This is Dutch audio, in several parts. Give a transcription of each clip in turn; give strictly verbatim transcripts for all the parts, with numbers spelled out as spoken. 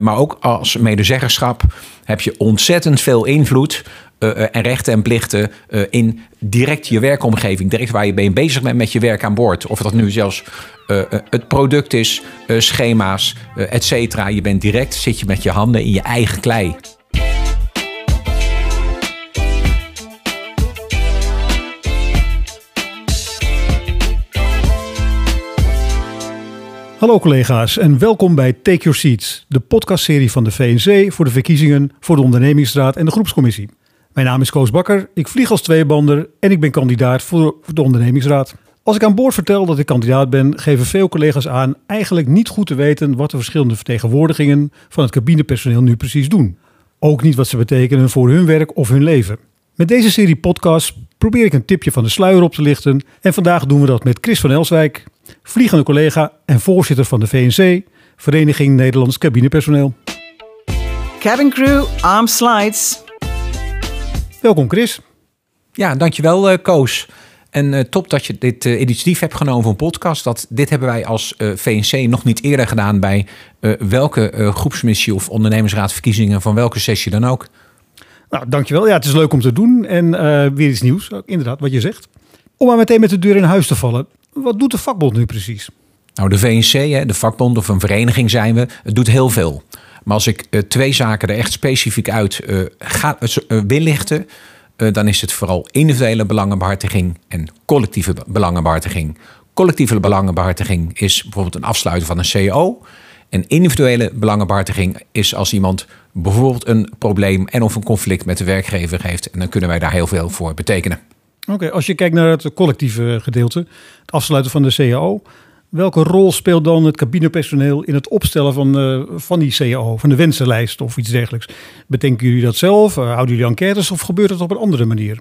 Maar ook als medezeggenschap heb je ontzettend veel invloed uh, en rechten en plichten uh, in direct je werkomgeving. Direct waar je mee bezig bent met je werk aan boord. Of dat nu zelfs uh, het product is, uh, schema's, uh, et cetera. Je bent direct, zit je met je handen in je eigen klei. Hallo collega's en welkom bij Take Your Seats, de podcastserie van de V N C voor de verkiezingen voor de ondernemingsraad en de groepscommissie. Mijn naam is Koos Bakker, ik vlieg als tweebander en ik ben kandidaat voor de ondernemingsraad. Als ik aan boord vertel dat ik kandidaat ben, geven veel collega's aan eigenlijk niet goed te weten wat de verschillende vertegenwoordigingen van het cabinepersoneel nu precies doen. Ook niet wat ze betekenen voor hun werk of hun leven. Met deze serie podcasts probeer ik een tipje van de sluier op te lichten en vandaag doen we dat met Chris van Elswijk, vliegende collega en voorzitter van de V N C, Vereniging Nederlands Cabinepersoneel. Cabin crew, arm slides. Welkom Chris. Ja, dankjewel uh, Koos. En uh, top dat je dit uh, initiatief hebt genomen voor een podcast. Dat, dit hebben wij als uh, V N C nog niet eerder gedaan bij uh, welke uh, groepsmissie of ondernemingsraadverkiezingen van welke sessie dan ook. Nou, dankjewel. Ja, het is leuk om te doen en uh, weer iets nieuws. Inderdaad, wat je zegt. Om maar meteen met de deur in huis te vallen. Wat doet de vakbond nu precies? Nou, de V N C, hè, de vakbond of een vereniging zijn we, het doet heel veel. Maar als ik uh, twee zaken er echt specifiek uit uh, ga, uh, wil lichten, uh, dan is het vooral individuele belangenbehartiging en collectieve belangenbehartiging. Collectieve belangenbehartiging is bijvoorbeeld een afsluiten van een C A O. En individuele belangenbehartiging is als iemand bijvoorbeeld een probleem en of een conflict met de werkgever heeft. En dan kunnen wij daar heel veel voor betekenen. Oké, okay, als je kijkt naar het collectieve gedeelte, het afsluiten van de C A O. Welke rol speelt dan het cabinepersoneel in het opstellen van, uh, van die C A O, van de wensenlijst of iets dergelijks? Bedenken jullie dat zelf? Uh, houden jullie enquêtes of gebeurt het op een andere manier?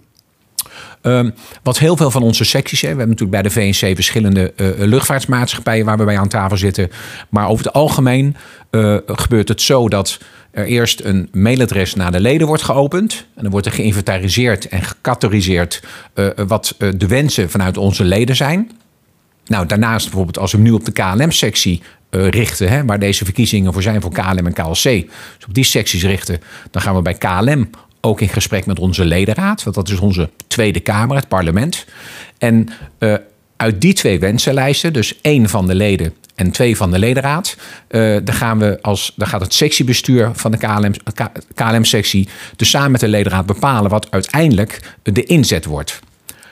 Um, wat heel veel van onze secties, hè, we hebben natuurlijk bij de V N C verschillende uh, luchtvaartmaatschappijen waar we bij aan tafel zitten. Maar over het algemeen uh, gebeurt het zo dat er eerst een mailadres naar de leden wordt geopend. En dan wordt er geïnventariseerd en gecategoriseerd uh, wat uh, de wensen vanuit onze leden zijn. Nou, daarnaast bijvoorbeeld als we nu op de K L M-sectie uh, richten, hè, waar deze verkiezingen voor zijn voor K L M en K L C. Dus op die secties richten, dan gaan we bij K L M ook in gesprek met onze ledenraad. Want dat is onze Tweede Kamer, het parlement. En uh, uit die twee wensenlijsten, dus één van de leden en twee van de ledenraad, Uh, dan, gaan we als, dan gaat het sectiebestuur van de K L M, K L M-sectie dus samen met de ledenraad bepalen wat uiteindelijk de inzet wordt.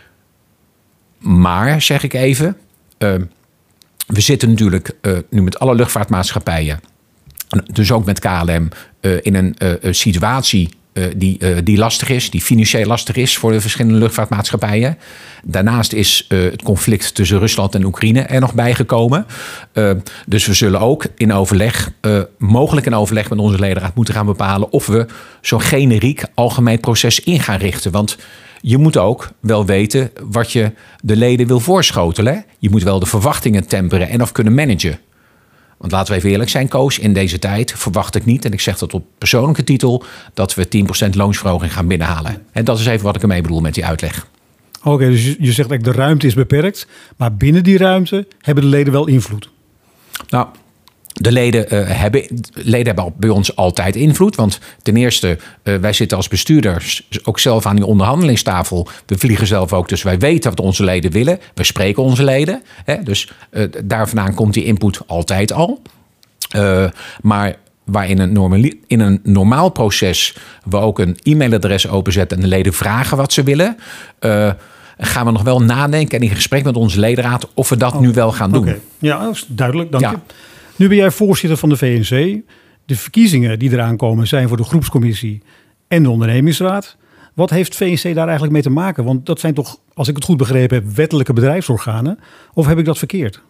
Maar, zeg ik even, uh, we zitten natuurlijk uh, nu met alle luchtvaartmaatschappijen, dus ook met K L M, uh, in een uh, situatie Uh, die, uh, die lastig is, die financieel lastig is voor de verschillende luchtvaartmaatschappijen. Daarnaast is uh, het conflict tussen Rusland en Oekraïne er nog bijgekomen. Uh, dus we zullen ook in overleg, uh, mogelijk in overleg met onze ledenraad moeten gaan bepalen of we zo'n generiek algemeen proces in gaan richten. Want je moet ook wel weten wat je de leden wil voorschotelen. Hè? Je moet wel de verwachtingen temperen en of kunnen managen. Want laten we even eerlijk zijn, Koos, in deze tijd verwacht ik niet, en ik zeg dat op persoonlijke titel, dat we tien procent loonsverhoging gaan binnenhalen. En dat is even wat ik ermee bedoel met die uitleg. Oké, okay, dus je zegt eigenlijk de ruimte is beperkt, maar binnen die ruimte hebben de leden wel invloed. Nou, de leden, uh, hebben, leden hebben bij ons altijd invloed. Want ten eerste, uh, wij zitten als bestuurders ook zelf aan die onderhandelingstafel. We vliegen zelf ook, dus wij weten wat onze leden willen. We spreken onze leden. Hè, dus uh, daar vandaan komt die input altijd al. Uh, maar waar in een, normaal, in een normaal proces we ook een e-mailadres openzetten en de leden vragen wat ze willen, Uh, gaan we nog wel nadenken en in gesprek met onze ledenraad of we dat oh, nu wel gaan doen. Okay. Ja, dat is duidelijk. Dank ja. je. Nu ben jij voorzitter van de V N C. De verkiezingen die eraan komen zijn voor de groepscommissie en de ondernemingsraad. Wat heeft V N C daar eigenlijk mee te maken? Want dat zijn toch, als ik het goed begrepen heb, wettelijke bedrijfsorganen. Of heb ik dat verkeerd?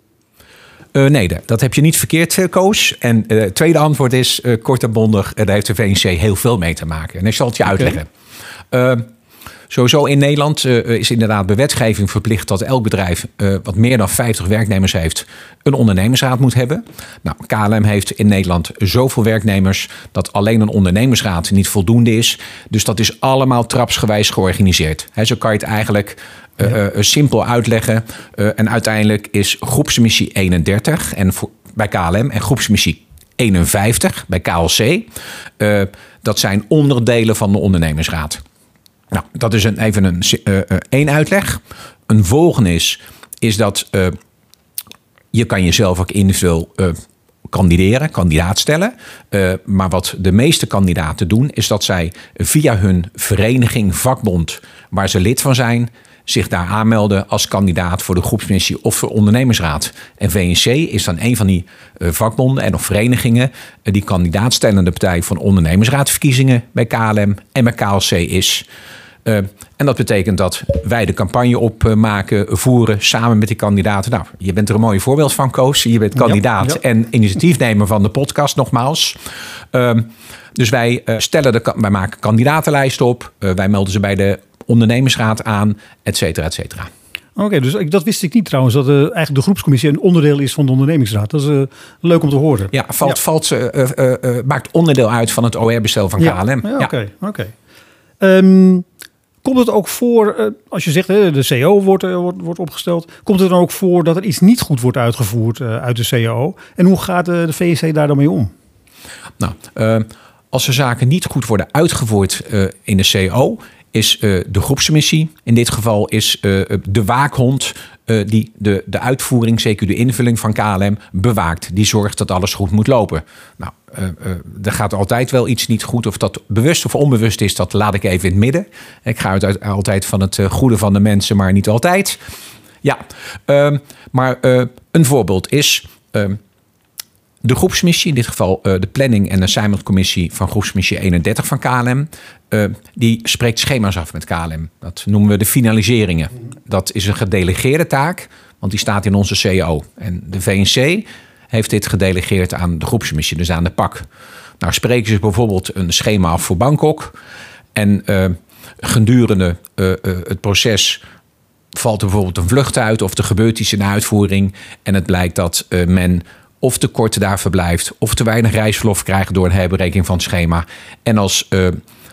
Uh, nee, dat heb je niet verkeerd, Koos. En het uh, tweede antwoord is, uh, kort en bondig, uh, daar heeft de V N C heel veel mee te maken. En ik zal het je okay. uitleggen. Uh, Sowieso in Nederland uh, is inderdaad bij wetgeving verplicht dat elk bedrijf uh, wat meer dan vijftig werknemers heeft een ondernemingsraad moet hebben. Nou, K L M heeft in Nederland zoveel werknemers dat alleen een ondernemingsraad niet voldoende is. Dus dat is allemaal trapsgewijs georganiseerd. He, zo kan je het eigenlijk uh, ja. uh, simpel uitleggen. Uh, en uiteindelijk is groepsmissie eenendertig en voor, bij K L M en groepsmissie eenenvijftig bij K L C. Uh, dat zijn onderdelen van de ondernemingsraad. Nou, dat is een, even een uh, uh, één uitleg. Een volgende is, is dat uh, je kan jezelf ook individueel uh, kandideren, kandidaat stellen. Uh, maar wat de meeste kandidaten doen, is dat zij via hun vereniging, vakbond, waar ze lid van zijn, zich daar aanmelden als kandidaat voor de groepsmissie of voor ondernemingsraad. En V N C is dan een van die uh, vakbonden en of verenigingen uh, die kandidaatstellende partij van ondernemingsraadverkiezingen bij K L M en bij K L C is. Uh, en dat betekent dat wij de campagne opmaken, uh, voeren samen met die kandidaten. Nou, je bent er een mooi voorbeeld van, Koos. Je bent kandidaat ja, ja. en initiatiefnemer van de podcast, nogmaals. Uh, dus wij, uh, stellen de, wij maken kandidatenlijsten op. Uh, wij melden ze bij de ondernemingsraad aan, et cetera, et cetera. Oké, okay, dus dat wist ik niet trouwens, dat uh, eigenlijk de groepscommissie een onderdeel is van de ondernemingsraad. Dat is uh, leuk om te horen. Ja, valt, ja. Valt, uh, uh, uh, maakt onderdeel uit van het O R-bestel van K L M. Ja, ja, oké. Ja. Okay, okay. um, komt het ook voor, uh, als je zegt hè, de C O wordt, uh, wordt, wordt opgesteld, komt het dan ook voor dat er iets niet goed wordt uitgevoerd uh, uit de C O? En hoe gaat uh, de V N C daar dan mee om? Nou, uh, als er zaken niet goed worden uitgevoerd uh, in de C O, is uh, de groepsmissie, in dit geval is uh, de waakhond uh, die de, de uitvoering, zeker de invulling van K L M, bewaakt. Die zorgt dat alles goed moet lopen. Nou, uh, uh, er gaat altijd wel iets niet goed. Of dat bewust of onbewust is, dat laat ik even in het midden. Ik ga uit, altijd van het uh, goede van de mensen, maar niet altijd. Ja, uh, maar uh, een voorbeeld is Uh, de groepsmissie, in dit geval uh, de planning en assignmentcommissie van groepsmissie eenendertig van K L M, uh, die spreekt schema's af met K L M. Dat noemen we de finaliseringen. Dat is een gedelegeerde taak, want die staat in onze C O. En de V N C heeft dit gedelegeerd aan de groepsmissie, dus aan de P A C. Nou, spreken ze bijvoorbeeld een schema af voor Bangkok. En uh, gedurende uh, uh, het proces valt er bijvoorbeeld een vlucht uit of er gebeurt iets in de uitvoering. En het blijkt dat uh, men of te kort daar verblijft, of te weinig reisverlof krijgt door een herberekening van het schema. En als uh,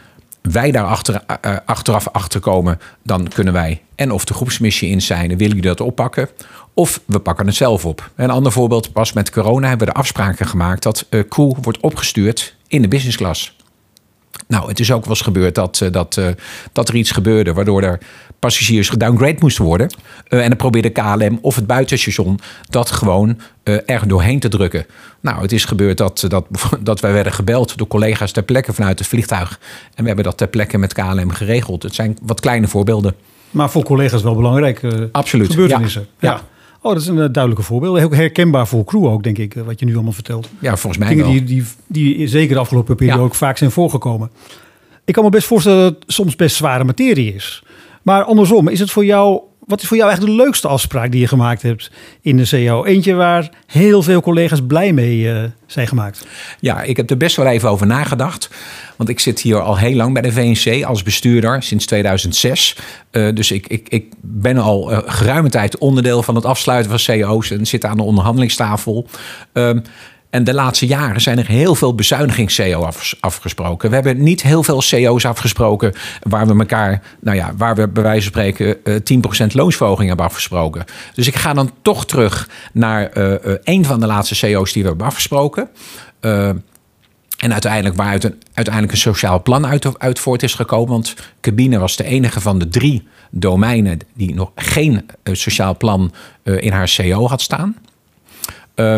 wij daar achter, uh, achteraf achterkomen, dan kunnen wij en of de groepsmissie in zijn, willen jullie dat oppakken, of we pakken het zelf op. Een ander voorbeeld, pas met corona hebben we de afspraken gemaakt dat uh, crew wordt opgestuurd in de business class. Nou, het is ook wel eens gebeurd dat, uh, dat, uh, dat er iets gebeurde waardoor er passagiers gedowngrade moesten worden. Uh, en dan probeerde K L M of het buitenstation dat gewoon uh, er doorheen te drukken. Nou, het is gebeurd dat, dat, dat wij werden gebeld door collega's ter plekke vanuit het vliegtuig. En we hebben dat ter plekke met K L M geregeld. Het zijn wat kleine voorbeelden. Maar voor collega's wel belangrijk. Uh, Absoluut. Gebeurtenissen. Ja. Ja. Oh, dat is een uh, duidelijke voorbeeld. Heel herkenbaar voor crew ook, denk ik, uh, wat je nu allemaal vertelt. Ja, volgens mij Dingen wel. Die, die, die zeker de afgelopen periode ja. ook vaak zijn voorgekomen. Ik kan me best voorstellen dat het soms best zware materie is. Maar andersom, is het voor jou, wat is voor jou eigenlijk de leukste afspraak die je gemaakt hebt in de C O? Eentje waar heel veel collega's blij mee uh, zijn gemaakt. Ja, ik heb er best wel even over nagedacht. Want ik zit hier al heel lang bij de V N C als bestuurder, sinds tweeduizend zes. Uh, dus ik, ik, ik ben al uh, geruime tijd onderdeel van het afsluiten van C O's en zit aan de onderhandelingstafel. Uh, En de laatste jaren zijn er heel veel bezuinigings-C O afgesproken. We hebben niet heel veel C O's afgesproken waar we elkaar, nou ja, waar we bij wijze van spreken tien procent loonsverhoging hebben afgesproken. Dus ik ga dan toch terug naar uh, uh, een van de laatste C O's die we hebben afgesproken. Uh, En uiteindelijk waaruit een, uiteindelijk een sociaal plan uit, uit voort is gekomen. Want cabine was de enige van de drie domeinen die nog geen uh, sociaal plan uh, in haar C O had staan. Uh,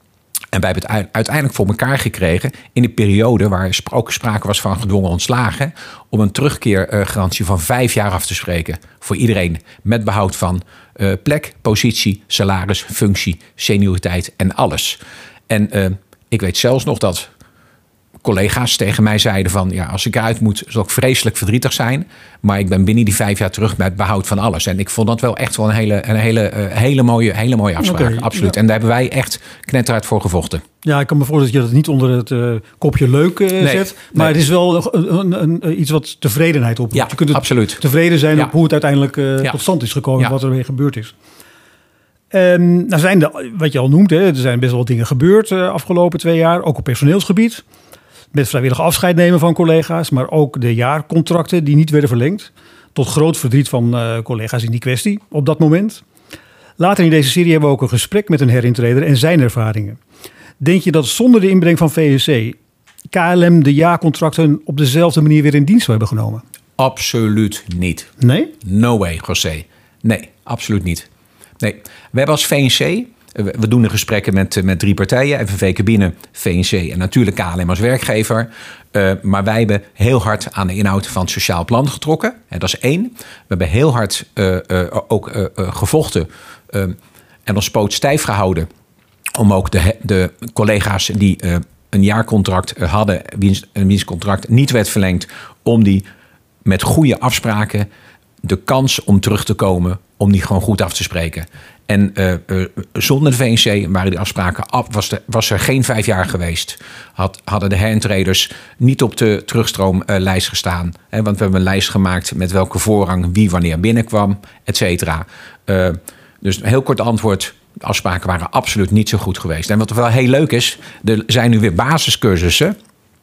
En wij hebben het uiteindelijk voor elkaar gekregen in de periode waar ook sprake was van gedwongen ontslagen, om een terugkeergarantie van vijf jaar af te spreken voor iedereen met behoud van uh, plek, positie, salaris, functie, senioriteit en alles. En uh, ik weet zelfs nog dat collega's tegen mij zeiden van, ja, als ik eruit moet, zal ik vreselijk verdrietig zijn. Maar ik ben binnen die vijf jaar terug met behoud van alles. En ik vond dat wel echt wel een hele, een hele, uh, hele, mooie, hele mooie afspraak. Okay, absoluut. Ja. En daar hebben wij echt knetterhard voor gevochten. Ja, ik kan me voorstellen dat je dat niet onder het uh, kopje leuk uh, nee, zet. Maar nee. Het is wel een, een, een, iets wat tevredenheid oproept. Ja, je kunt het absoluut. tevreden zijn ja. op hoe het uiteindelijk uh, ja. tot stand is gekomen. Ja. Wat er mee gebeurd is. Um, nou zijn er, wat je al noemt, hè, er zijn best wel wat dingen gebeurd de uh, afgelopen twee jaar. Ook op personeelsgebied. Met vrijwillig afscheid nemen van collega's. Maar ook de jaarcontracten die niet werden verlengd. Tot groot verdriet van uh, collega's in die kwestie op dat moment. Later in deze serie hebben we ook een gesprek met een herintreder en zijn ervaringen. Denk je dat zonder de inbreng van V N C K L M de jaarcontracten op dezelfde manier weer in dienst zou hebben genomen? Absoluut niet. Nee? No way, José. Nee, absoluut niet. Nee. We hebben als V N C... We doen de gesprekken met, met drie partijen. F N V Cabine, V N C en natuurlijk K L M als werkgever. Uh, maar wij hebben heel hard aan de inhoud van het sociaal plan getrokken. En dat is één. We hebben heel hard uh, uh, ook uh, uh, gevochten uh, en ons poot stijf gehouden. Om ook de, de collega's die uh, een jaarcontract hadden, wiens, een winstcontract niet werd verlengd, om die met goede afspraken de kans om terug te komen, om die gewoon goed af te spreken. En uh, uh, zonder de V N C waren die afspraken af, was, de, was er geen vijf jaar geweest. Had, hadden de herentreders niet op de terugstroomlijst gestaan. Hè, want we hebben een lijst gemaakt met welke voorrang wie wanneer binnenkwam, et cetera. Uh, dus een heel kort antwoord. De afspraken waren absoluut niet zo goed geweest. En wat wel heel leuk is, er zijn nu weer basiscursussen.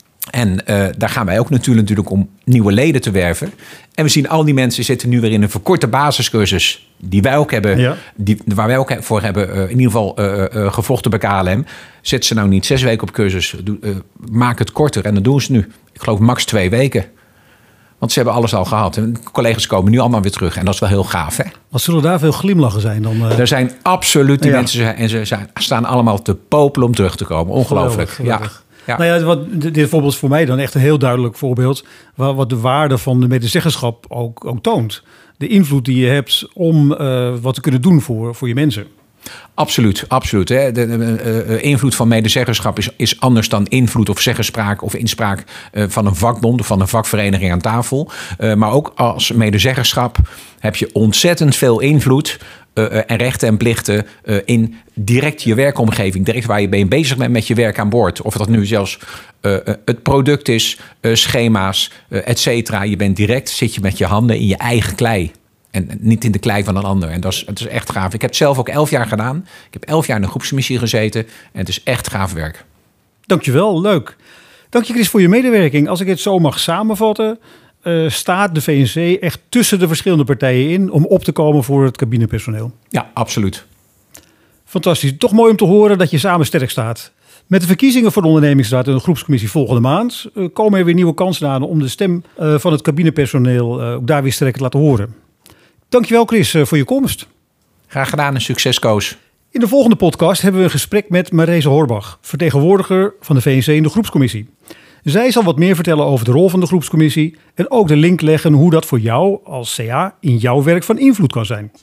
En uh, daar gaan wij ook natuurlijk, natuurlijk om nieuwe leden te werven. En we zien al die mensen zitten nu weer in een verkorte basiscursus die wij ook hebben, ja. die, waar wij ook voor hebben uh, in ieder geval uh, uh, gevochten bij K L M. Zet ze nou niet zes weken op cursus, doe, uh, maak het korter. En dat doen ze nu. Ik geloof max twee weken. Want ze hebben alles al gehad. En de collega's komen nu allemaal weer terug. En dat is wel heel gaaf, hè? Wat zullen daar veel glimlachen zijn dan? Uh... Er zijn absoluut die ja. mensen en ze zijn, staan allemaal te popelen om terug te komen. Ongelooflijk. Geweldig, geweldig. Ja. Ja. Nou ja, wat, dit voorbeeld is voor mij dan echt een heel duidelijk voorbeeld. Wat, wat de waarde van de medezeggenschap ook, ook toont. De invloed die je hebt om uh, wat te kunnen doen voor, voor je mensen. Absoluut, absoluut. Hè. De, de, de uh, invloed van medezeggenschap is, is anders dan invloed of zeggenspraak of inspraak uh, van een vakbond of van een vakvereniging aan tafel. Uh, maar ook als medezeggenschap heb je ontzettend veel invloed uh, en rechten en plichten uh, in direct je werkomgeving. Direct waar je mee bezig bent met je werk aan boord. Of dat nu zelfs uh, het product is, uh, schema's, uh, et cetera. Je bent direct, zit je met je handen in je eigen klei. En niet in de klei van een ander. En dat is, het is echt gaaf. Ik heb het zelf ook elf jaar gedaan. Ik heb elf jaar in een groepscommissie gezeten. En het is echt gaaf werk. Dankjewel, leuk. Dank je Chris voor je medewerking. Als ik het zo mag samenvatten, uh, staat de V N C echt tussen de verschillende partijen in om op te komen voor het cabinepersoneel. Ja, absoluut. Fantastisch. Toch mooi om te horen dat je samen sterk staat. Met de verkiezingen voor de ondernemingsraad en de groepscommissie volgende maand uh, komen er weer nieuwe kansen aan om de stem uh, van het cabinepersoneel uh, ook daar weer sterk te laten horen. Dankjewel Chris voor je komst. Graag gedaan en succes Koos. In de volgende podcast hebben we een gesprek met Marese Horbach, vertegenwoordiger van de V N C in de groepscommissie. Zij zal wat meer vertellen over de rol van de groepscommissie en ook de link leggen hoe dat voor jou als C A in jouw werk van invloed kan zijn.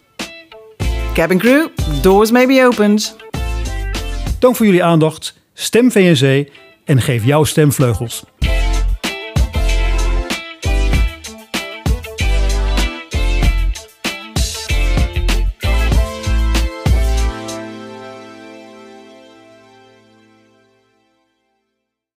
Cabin crew, doors may be opened. Dank voor jullie aandacht. Stem V N C en geef jouw stem vleugels.